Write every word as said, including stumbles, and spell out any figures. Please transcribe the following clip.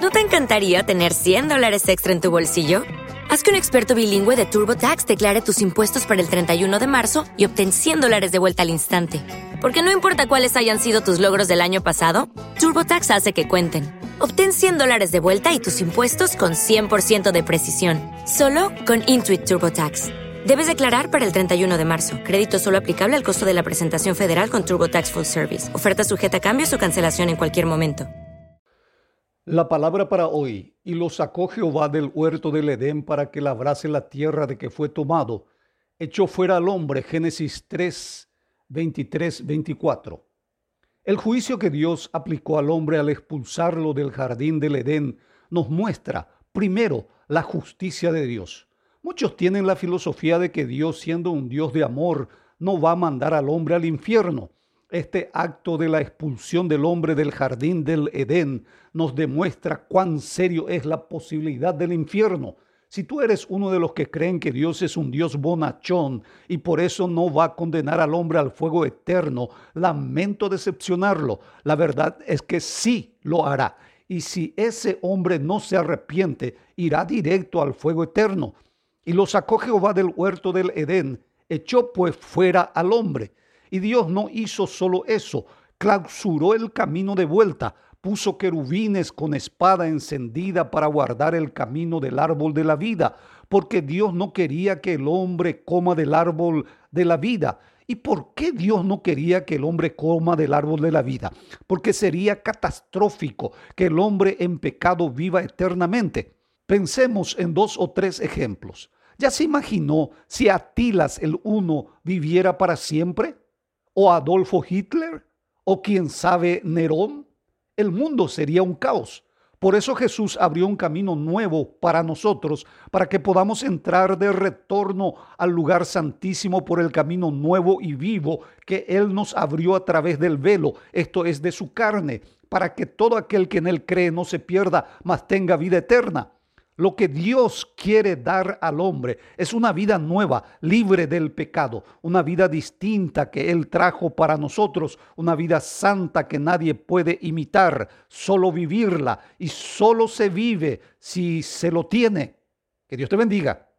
¿No te encantaría tener cien dólares extra en tu bolsillo? Haz que un experto bilingüe de TurboTax declare tus impuestos para el treinta y uno de marzo y obtén cien dólares de vuelta al instante. Porque no importa cuáles hayan sido tus logros del año pasado, TurboTax hace que cuenten. Obtén cien dólares de vuelta y tus impuestos con cien por ciento de precisión. Solo con Intuit TurboTax. Debes declarar para el treinta y uno de marzo. Crédito solo aplicable al costo de la presentación federal con TurboTax Full Service. Oferta sujeta a cambios o cancelación en cualquier momento. La palabra para hoy: y lo sacó Jehová del huerto del Edén para que labrase la tierra de que fue tomado. Echó fuera al hombre. Génesis tres, veintitrés, veinticuatro. El juicio que Dios aplicó al hombre al expulsarlo del jardín del Edén nos muestra, primero, la justicia de Dios. Muchos tienen la filosofía de que Dios, siendo un Dios de amor, no va a mandar al hombre al infierno. Este acto de la expulsión del hombre del jardín del Edén nos demuestra cuán serio es la posibilidad del infierno. Si tú eres uno de los que creen que Dios es un Dios bonachón y por eso no va a condenar al hombre al fuego eterno, lamento decepcionarlo. La verdad es que sí lo hará. Y si ese hombre no se arrepiente, irá directo al fuego eterno. Y lo sacó Jehová del huerto del Edén, echó pues fuera al hombre. Y Dios no hizo solo eso, clausuró el camino de vuelta, puso querubines con espada encendida para guardar el camino del árbol de la vida, porque Dios no quería que el hombre coma del árbol de la vida. ¿Y por qué Dios no quería que el hombre coma del árbol de la vida? Porque sería catastrófico que el hombre en pecado viva eternamente. Pensemos en dos o tres ejemplos. ¿Ya se imaginó si Atilas el Huno viviera para siempre? ¿O Adolfo Hitler? ¿O quién sabe Nerón? El mundo sería un caos. Por eso Jesús abrió un camino nuevo para nosotros, para que podamos entrar de retorno al lugar santísimo por el camino nuevo y vivo que Él nos abrió a través del velo, esto es de su carne, para que todo aquel que en Él cree no se pierda, mas tenga vida eterna. Lo que Dios quiere dar al hombre es una vida nueva, libre del pecado, una vida distinta que Él trajo para nosotros, una vida santa que nadie puede imitar, solo vivirla, y solo se vive si se lo tiene. Que Dios te bendiga.